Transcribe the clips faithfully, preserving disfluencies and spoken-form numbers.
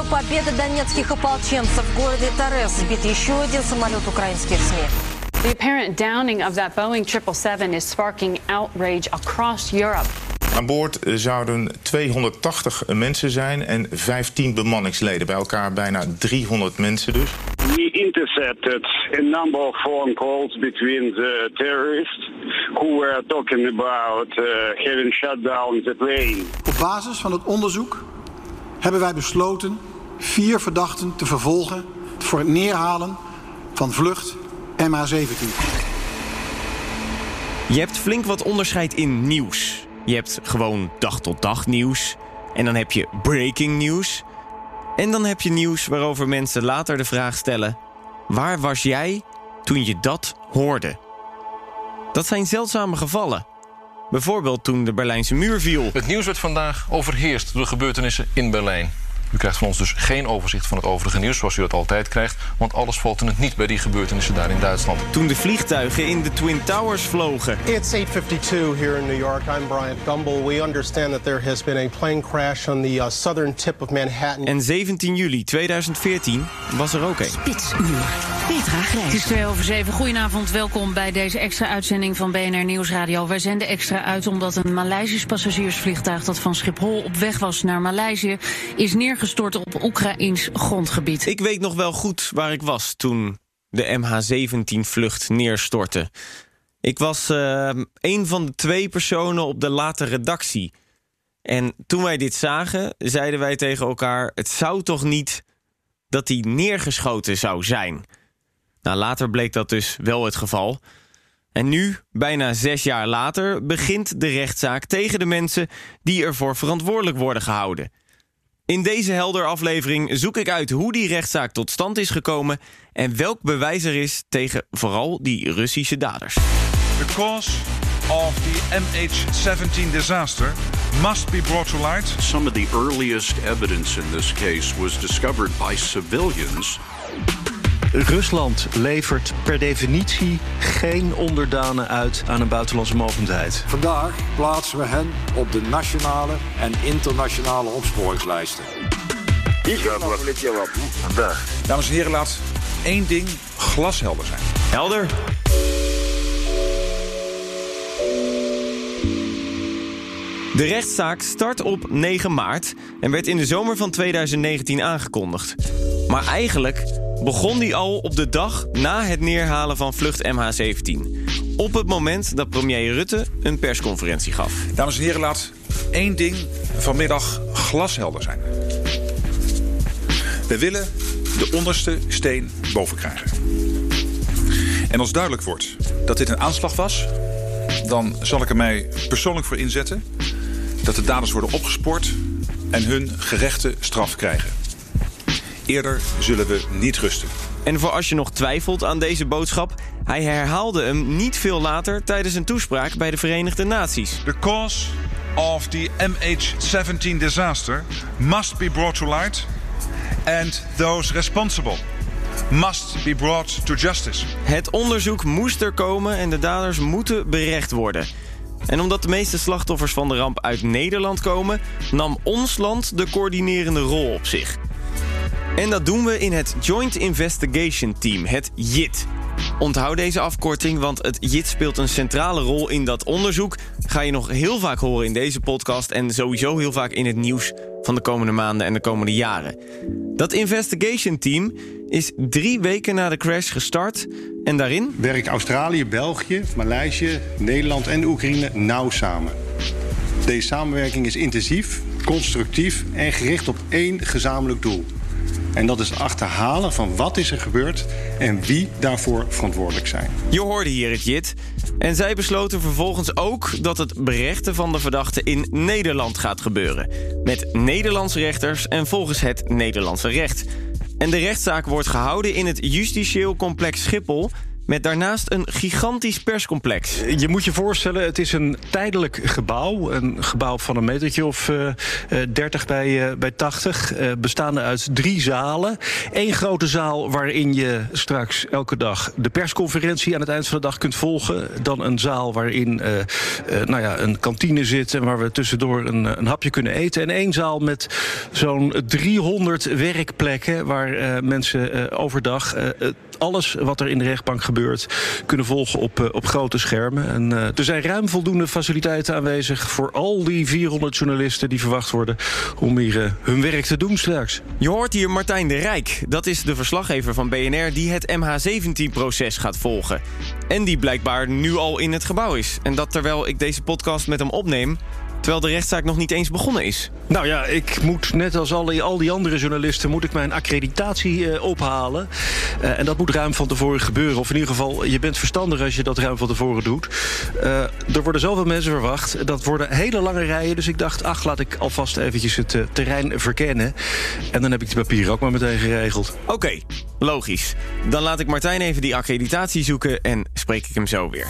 победа донецких ополченцев в городе Торез. Сбит еще один самолет украинских СМИ. The apparent downing of that Boeing triple seven is sparking outrage across Europe. Aan boord zouden tweehonderdtachtig mensen zijn en vijftien bemanningsleden. Bij elkaar bijna driehonderd mensen dus. We intercepted a number of phone calls between the terrorists who were talking about uh, having shut down the plane. Op basis van het onderzoek hebben wij besloten vier verdachten te vervolgen voor het neerhalen van vlucht M H zeventien. Je hebt flink wat onderscheid in nieuws. Je hebt gewoon dag-tot-dag nieuws. En dan heb je breaking news. En dan heb je nieuws waarover mensen later de vraag stellen: waar was jij toen je dat hoorde? Dat zijn zeldzame gevallen. Bijvoorbeeld toen de Berlijnse muur viel. Het nieuws werd vandaag overheerst door de gebeurtenissen in Berlijn. U krijgt van ons dus geen overzicht van het overige nieuws zoals u dat altijd krijgt, want alles valt in het niet bij die gebeurtenissen daar in Duitsland. Toen de vliegtuigen in de Twin Towers vlogen. It's eight fifty-two here in New York. I'm Bryant Gumbel. We understand that there has been a plane crash on the uh, southern tip of Manhattan. En zeventien juli tweeduizend veertien was er ook een. Spitsuur. Petra Grijs. Het is twee over zeven. Goedenavond, welkom bij deze extra uitzending van B N R Nieuwsradio. Wij zenden extra uit omdat een Maleisisch passagiersvliegtuig dat van Schiphol op weg was naar Maleisië is neergestort op Oekraïns grondgebied. Ik weet nog wel goed waar ik was toen de M H zeventien vlucht neerstortte. Ik was uh, een van de twee personen op de late redactie. En toen wij dit zagen, zeiden wij tegen elkaar: het zou toch niet dat die neergeschoten zou zijn? Nou, later bleek dat dus wel het geval. En nu, bijna zes jaar later, begint de rechtszaak tegen de mensen die ervoor verantwoordelijk worden gehouden. In deze Helder aflevering zoek ik uit hoe die rechtszaak tot stand is gekomen en welk bewijs er is tegen vooral die Russische daders. The cause of the M H seventeen disaster must be brought to light. Some of the earliest evidence in this case was discovered by civilians. Rusland levert per definitie geen onderdanen uit aan een buitenlandse mogendheid. Vandaag plaatsen we hen op de nationale en internationale opsporingslijsten. Dames en heren, laat één ding glashelder zijn. Helder. De rechtszaak start op negen maart en werd in de zomer van tweeduizend negentien aangekondigd. Maar eigenlijk begon die al op de dag na het neerhalen van vlucht M H zeventien. Op het moment dat premier Rutte een persconferentie gaf. Dames en heren, laat één ding vanmiddag glashelder zijn. We willen de onderste steen boven krijgen. En als duidelijk wordt dat dit een aanslag was, dan zal ik er mij persoonlijk voor inzetten dat de daders worden opgespoord en hun gerechte straf krijgen. Eerder zullen we niet rusten. En voor als je nog twijfelt aan deze boodschap, hij herhaalde hem niet veel later tijdens een toespraak bij de Verenigde Naties. The cause of the M H seventeen disaster must be brought to light and those responsible must be brought to justice. Het onderzoek moest er komen en de daders moeten berecht worden. En omdat de meeste slachtoffers van de ramp uit Nederland komen, nam ons land de coördinerende rol op zich. En dat doen we in het Joint Investigation Team, het J I T. Onthoud deze afkorting, want het J I T speelt een centrale rol in dat onderzoek. Ga je nog heel vaak horen in deze podcast en sowieso heel vaak in het nieuws van de komende maanden en de komende jaren. Dat Investigation Team is drie weken na de crash gestart en daarin werken Australië, België, Maleisië, Nederland en Oekraïne nauw samen. Deze samenwerking is intensief, constructief en gericht op één gezamenlijk doel. En dat is het achterhalen van wat is er gebeurd en wie daarvoor verantwoordelijk zijn. Je hoorde hier het J I T. En zij besloten vervolgens ook dat het berechten van de verdachten in Nederland gaat gebeuren. Met Nederlandse rechters en volgens het Nederlandse recht. En de rechtszaak wordt gehouden in het justitieel complex Schiphol. met daarnaast een gigantisch perscomplex. Je moet je voorstellen, het is een tijdelijk gebouw. Een gebouw van een metertje of uh, dertig bij, uh, bij tachtig. Uh, bestaande uit drie zalen. Eén grote zaal waarin je straks elke dag de persconferentie aan het eind van de dag kunt volgen. Dan een zaal waarin uh, uh, nou ja, een kantine zit en waar we tussendoor een, een hapje kunnen eten. En één zaal met zo'n driehonderd werkplekken waar uh, mensen uh, overdag uh, alles wat er in de rechtbank gebeurt kunnen volgen op, uh, op grote schermen. En uh, er zijn ruim voldoende faciliteiten aanwezig voor al die vierhonderd journalisten die verwacht worden om hier uh, hun werk te doen straks. Je hoort hier Martijn de Rijk. Dat is de verslaggever van B N R die het M H zeventien-proces gaat volgen. En die blijkbaar nu al in het gebouw is. En dat terwijl ik deze podcast met hem opneem, terwijl de rechtszaak nog niet eens begonnen is. Nou ja, ik moet net als al die, al die andere journalisten moet ik mijn accreditatie uh, ophalen. Uh, en dat moet ruim van tevoren gebeuren. Of in ieder geval, je bent verstandig als je dat ruim van tevoren doet. Uh, er worden zoveel mensen verwacht. Dat worden hele lange rijen. Dus ik dacht, ach, laat ik alvast eventjes het uh, terrein verkennen. En dan heb ik de papieren ook maar meteen geregeld. Oké, okay, logisch. Dan laat ik Martijn even die accreditatie zoeken en spreek ik hem zo weer.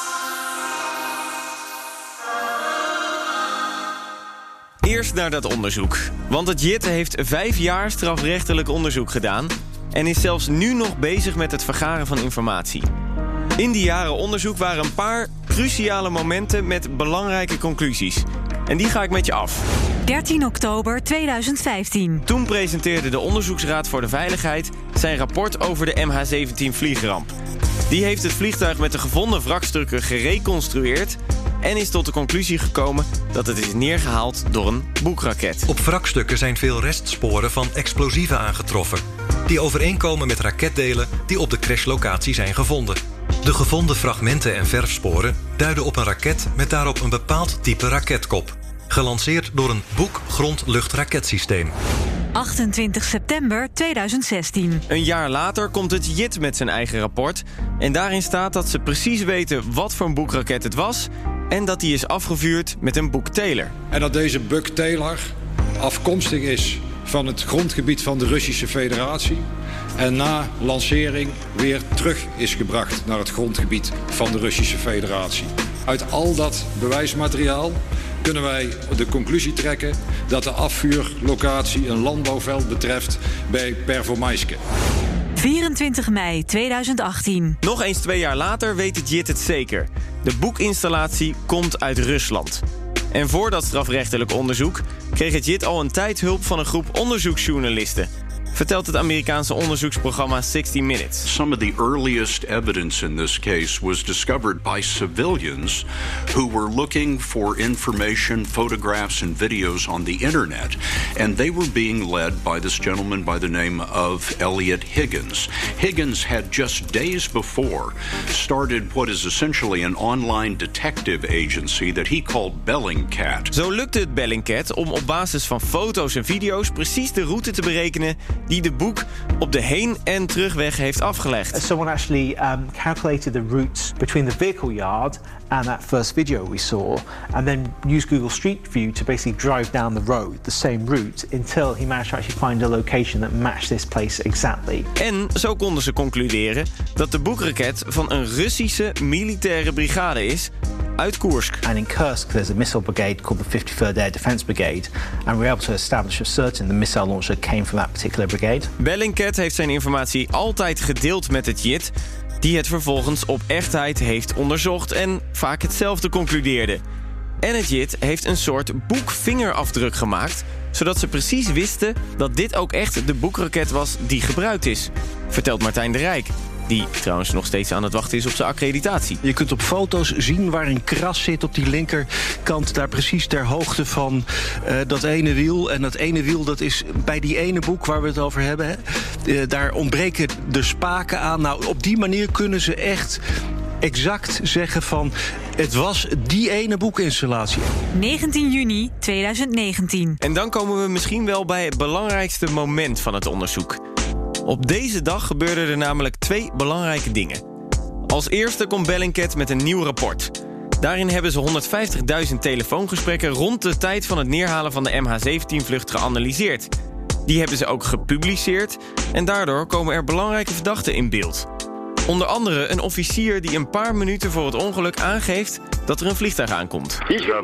Eerst naar dat onderzoek. Want het J I T heeft vijf jaar strafrechtelijk onderzoek gedaan en is zelfs nu nog bezig met het vergaren van informatie. In die jaren onderzoek waren een paar cruciale momenten met belangrijke conclusies. En die ga ik met je af. dertien oktober tweeduizend vijftien. Toen presenteerde de Onderzoeksraad voor de Veiligheid zijn rapport over de M H zeventien vliegramp. Die heeft het vliegtuig met de gevonden wrakstukken gereconstrueerd en is tot de conclusie gekomen dat het is neergehaald door een boekraket. Op wrakstukken zijn veel restsporen van explosieven aangetroffen, die overeenkomen met raketdelen die op de crashlocatie zijn gevonden. De gevonden fragmenten en verfsporen duiden op een raket met daarop een bepaald type raketkop, gelanceerd door een boek-grond-lucht-raketsysteem. achtentwintig september tweeduizend zestien. Een jaar later komt het J I T met zijn eigen rapport en daarin staat dat ze precies weten wat voor een boekraket het was en dat die is afgevuurd met een Buk Taylor. En dat deze Buk Taylor afkomstig is van het grondgebied van de Russische Federatie en na lancering weer terug is gebracht naar het grondgebied van de Russische Federatie. Uit al dat bewijsmateriaal kunnen wij de conclusie trekken dat de afvuurlocatie een landbouwveld betreft bij Pervomaiske. vierentwintig mei tweeduizend achttien. Nog eens twee jaar later weet het J I T het zeker. De boekinstallatie komt uit Rusland. En voor dat strafrechtelijk onderzoek kreeg het J I T al een tijd hulp van een groep onderzoeksjournalisten, vertelt het Amerikaanse onderzoeksprogramma sixty minutes. Some of the earliest evidence in this case was discovered by civilians who were looking for information, photographs and videos on the internet. And they were being led by this gentleman by the name of Elliot Higgins. Higgins had just days before started what is essentially an online detective agency that he called Bellingcat. Zo lukte het Bellingcat om op basis van foto's en video's precies de route te berekenen die de boek op de heen- en terugweg heeft afgelegd. Someone actually um, calculated the routes between the vehicle yard and that first video we saw, and then used Google Street View to basically drive down the road, the same route, until he managed to actually find a location that matched this place exactly. En zo konden ze concluderen dat de boekraket van een Russische militaire brigade is uit Koersk. And in Kursk there's a missile brigade called the fifty-third Air Defense Brigade, and we were able to establish for certain the missile launcher came from that particular brigade. Bellingcat heeft zijn informatie altijd gedeeld met het J I T, die het vervolgens op echtheid heeft onderzocht en vaak hetzelfde concludeerde. En het J I T heeft een soort boekvingerafdruk gemaakt, zodat ze precies wisten dat dit ook echt de boekraket was die gebruikt is, vertelt Martijn de Rijk, die trouwens nog steeds aan het wachten is op zijn accreditatie. Je kunt op foto's zien waar een kras zit op die linkerkant, daar precies ter hoogte van uh, dat ene wiel. En dat ene wiel, dat is bij die ene boek waar we het over hebben. Hè? Uh, daar ontbreken de spaken aan. Nou, op die manier kunnen ze echt exact zeggen van het was die ene boekinstallatie. negentien juni tweeduizend negentien. En dan komen we misschien wel bij het belangrijkste moment van het onderzoek. Op deze dag gebeurden er namelijk twee belangrijke dingen. Als eerste komt Bellingcat met een nieuw rapport. Daarin hebben ze honderdvijftigduizend telefoongesprekken rond de tijd van het neerhalen van de M H zeventien-vlucht geanalyseerd. Die hebben ze ook gepubliceerd en daardoor komen er belangrijke verdachten in beeld. Onder andere een officier die een paar minuten voor het ongeluk aangeeft dat er een vliegtuig aankomt.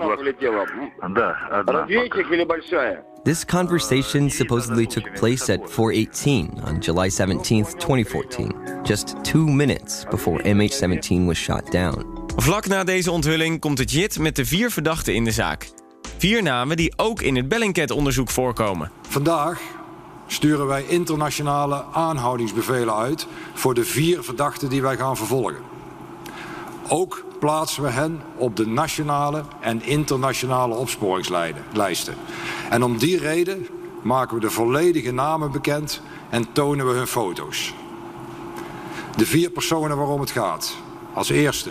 This conversation supposedly took place at four eighteen on July seventeenth, twenty fourteen, just two minutes before M H zeventien was shot down. Vlak na deze onthulling komt het J I T met de vier verdachten in de zaak. Vier namen die ook in het Bellingcat-onderzoek voorkomen. Vandaag sturen wij internationale aanhoudingsbevelen uit voor de vier verdachten die wij gaan vervolgen. Ook plaatsen we hen op de nationale en internationale opsporingslijsten. En om die reden maken we de volledige namen bekend en tonen we hun foto's. De vier personen waarom het gaat. Als eerste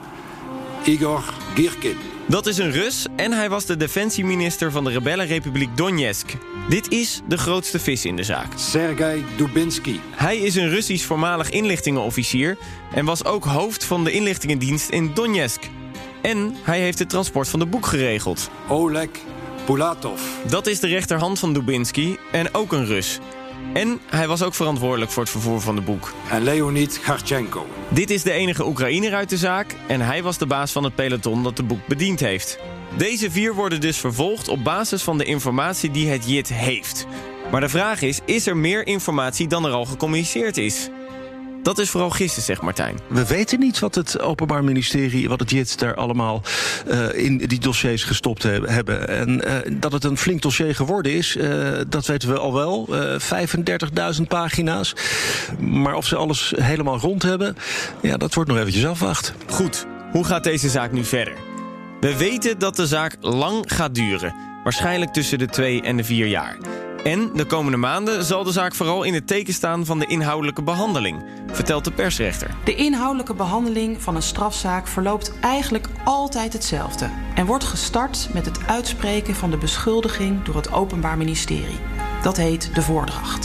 Igor Girkin. Dat is een Rus en hij was de defensieminister van de rebellenrepubliek Donetsk. Dit is de grootste vis in de zaak. Sergei Dubinsky. Hij is een Russisch voormalig inlichtingenofficier en was ook hoofd van de inlichtingendienst in Donetsk. En hij heeft het transport van de boek geregeld. Oleg Pulatov. Dat is de rechterhand van Dubinsky en ook een Rus. En hij was ook verantwoordelijk voor het vervoer van de boek. En Leonid Garchenko. Dit is de enige Oekraïner uit de zaak en hij was de baas van het peloton dat de boek bediend heeft. Deze vier worden dus vervolgd op basis van de informatie die het J I T heeft. Maar de vraag is, is er meer informatie dan er al gecommuniceerd is? Dat is vooral gissen, zegt Martijn. We weten niet wat het Openbaar Ministerie, wat het J I T daar allemaal uh, in die dossiers gestopt he- hebben. En uh, dat het een flink dossier geworden is, uh, dat weten we al wel. Uh, vijfendertigduizend pagina's. Maar of ze alles helemaal rond hebben, ja, dat wordt nog eventjes afwacht. Goed, hoe gaat deze zaak nu verder? We weten dat de zaak lang gaat duren. Waarschijnlijk tussen de twee en de vier jaar. En de komende maanden zal de zaak vooral in het teken staan van de inhoudelijke behandeling, vertelt de persrechter. De inhoudelijke behandeling van een strafzaak verloopt eigenlijk altijd hetzelfde en wordt gestart met het uitspreken van de beschuldiging door het Openbaar Ministerie. Dat heet de voordracht.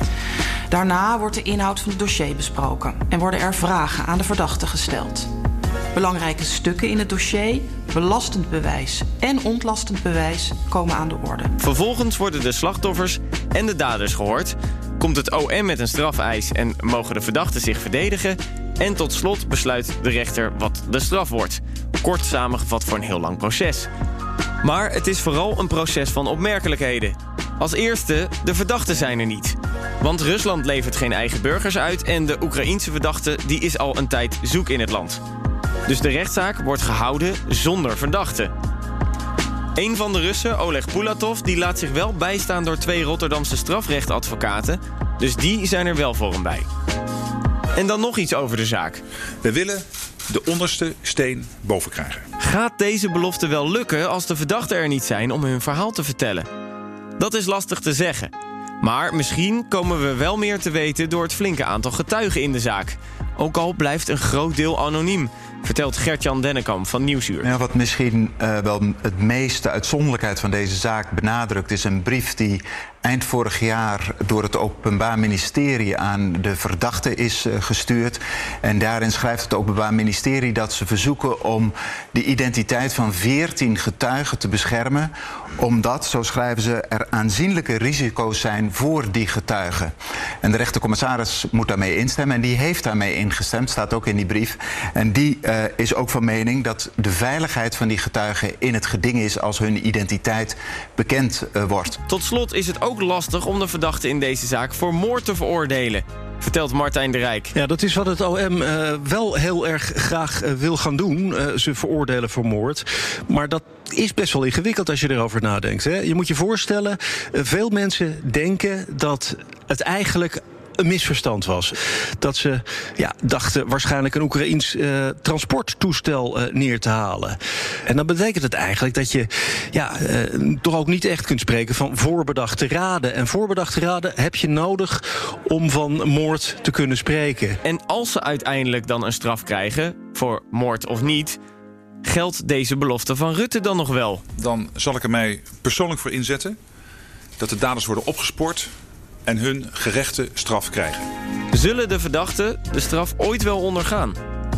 Daarna wordt de inhoud van het dossier besproken en worden er vragen aan de verdachte gesteld. Belangrijke stukken in het dossier, belastend bewijs en ontlastend bewijs komen aan de orde. Vervolgens worden de slachtoffers en de daders gehoord, komt het O M met een strafeis en mogen de verdachten zich verdedigen. En tot slot besluit de rechter wat de straf wordt. Kort samengevat voor een heel lang proces. Maar het is vooral een proces van opmerkelijkheden. Als eerste, de verdachten zijn er niet. Want Rusland levert geen eigen burgers uit en de Oekraïense verdachte die is al een tijd zoek in het land. Dus de rechtszaak wordt gehouden zonder verdachten. Een van de Russen, Oleg Pulatov, die laat zich wel bijstaan door twee Rotterdamse strafrechtadvocaten. Dus die zijn er wel voor hem bij. En dan nog iets over de zaak. We willen de onderste steen boven krijgen. Gaat deze belofte wel lukken als de verdachten er niet zijn om hun verhaal te vertellen? Dat is lastig te zeggen. Maar misschien komen we wel meer te weten door het flinke aantal getuigen in de zaak. Ook al blijft een groot deel anoniem, vertelt Gert-Jan Dennekamp van Nieuwsuur. Ja, wat misschien uh, wel het meeste uitzonderlijkheid van deze zaak benadrukt, is een brief die eind vorig jaar door het Openbaar Ministerie aan de verdachte is uh, gestuurd. En daarin schrijft het Openbaar Ministerie dat ze verzoeken om de identiteit van veertien getuigen te beschermen, omdat, zo schrijven ze, er aanzienlijke risico's zijn voor die getuigen. En de rechtercommissaris moet daarmee instemmen en die heeft daarmee ingestemd, staat ook in die brief. En die uh, is ook van mening dat de veiligheid van die getuigen in het geding is als hun identiteit bekend uh, wordt. Tot slot is het ook lastig om de verdachte in deze zaak voor moord te veroordelen, vertelt Martijn de Rijk. Ja, dat is wat het O M uh, wel heel erg graag uh, wil gaan doen. Uh, ze veroordelen voor moord. Maar dat is best wel ingewikkeld als je erover nadenkt. Hè? Je moet je voorstellen, uh, veel mensen denken dat het eigenlijk een misverstand was. Dat ze ja, dachten waarschijnlijk een Oekraïens uh, transporttoestel uh, neer te halen. En dan betekent het eigenlijk dat je ja, uh, toch ook niet echt kunt spreken van voorbedachte raden. En voorbedachte raden heb je nodig om van moord te kunnen spreken. En als ze uiteindelijk dan een straf krijgen, voor moord of niet, geldt deze belofte van Rutte dan nog wel? Dan zal ik er mij persoonlijk voor inzetten dat de daders worden opgespoord en hun gerechte straf krijgen. Zullen de verdachten de straf ooit wel ondergaan?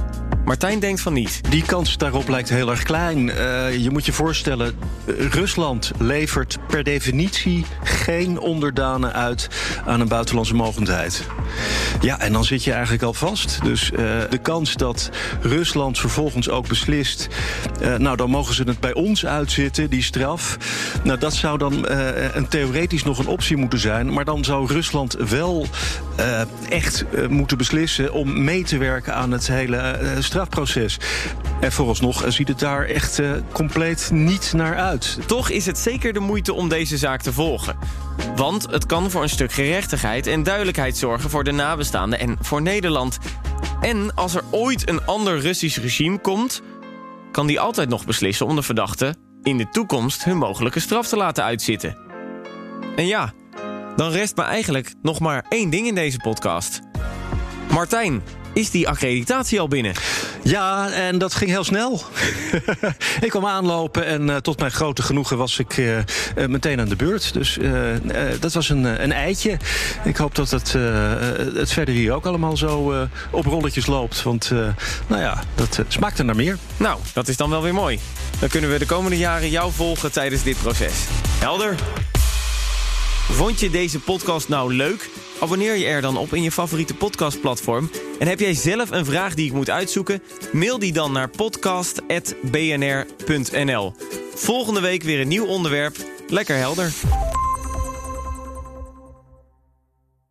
Martijn denkt van niet. Die kans daarop lijkt heel erg klein. Uh, je moet je voorstellen, Rusland levert per definitie geen onderdanen uit aan een buitenlandse mogendheid. Ja, en dan zit je eigenlijk al vast. Dus uh, de kans dat Rusland vervolgens ook beslist, Uh, nou, dan mogen ze het bij ons uitzitten, die straf. Nou, dat zou dan uh, een theoretisch nog een optie moeten zijn. Maar dan zou Rusland wel uh, echt uh, moeten beslissen om mee te werken aan het hele uh, strafproces. En vooralsnog uh, ziet het daar echt uh, compleet niet naar uit. Toch is het zeker de moeite om deze zaak te volgen. Want het kan voor een stuk gerechtigheid en duidelijkheid zorgen voor de nabestaanden en voor Nederland. En als er ooit een ander Russisch regime komt, kan die altijd nog beslissen om de verdachten in de toekomst hun mogelijke straf te laten uitzitten. En ja, dan rest me eigenlijk nog maar één ding in deze podcast. Martijn, is die accreditatie al binnen? Ja, en dat ging heel snel. Ik kwam aanlopen en uh, tot mijn grote genoegen was ik uh, uh, meteen aan de beurt. Dus uh, uh, dat was een, een eitje. Ik hoop dat het, uh, het verder hier ook allemaal zo uh, op rolletjes loopt. Want uh, nou ja, dat uh, smaakt er naar meer. Nou, dat is dan wel weer mooi. Dan kunnen we de komende jaren jou volgen tijdens dit proces. Helder? Vond je deze podcast nou leuk? Abonneer je er dan op in je favoriete podcastplatform. En heb jij zelf een vraag die ik moet uitzoeken? Mail die dan naar podcast punt b n r punt n l. Volgende week weer een nieuw onderwerp. Lekker helder.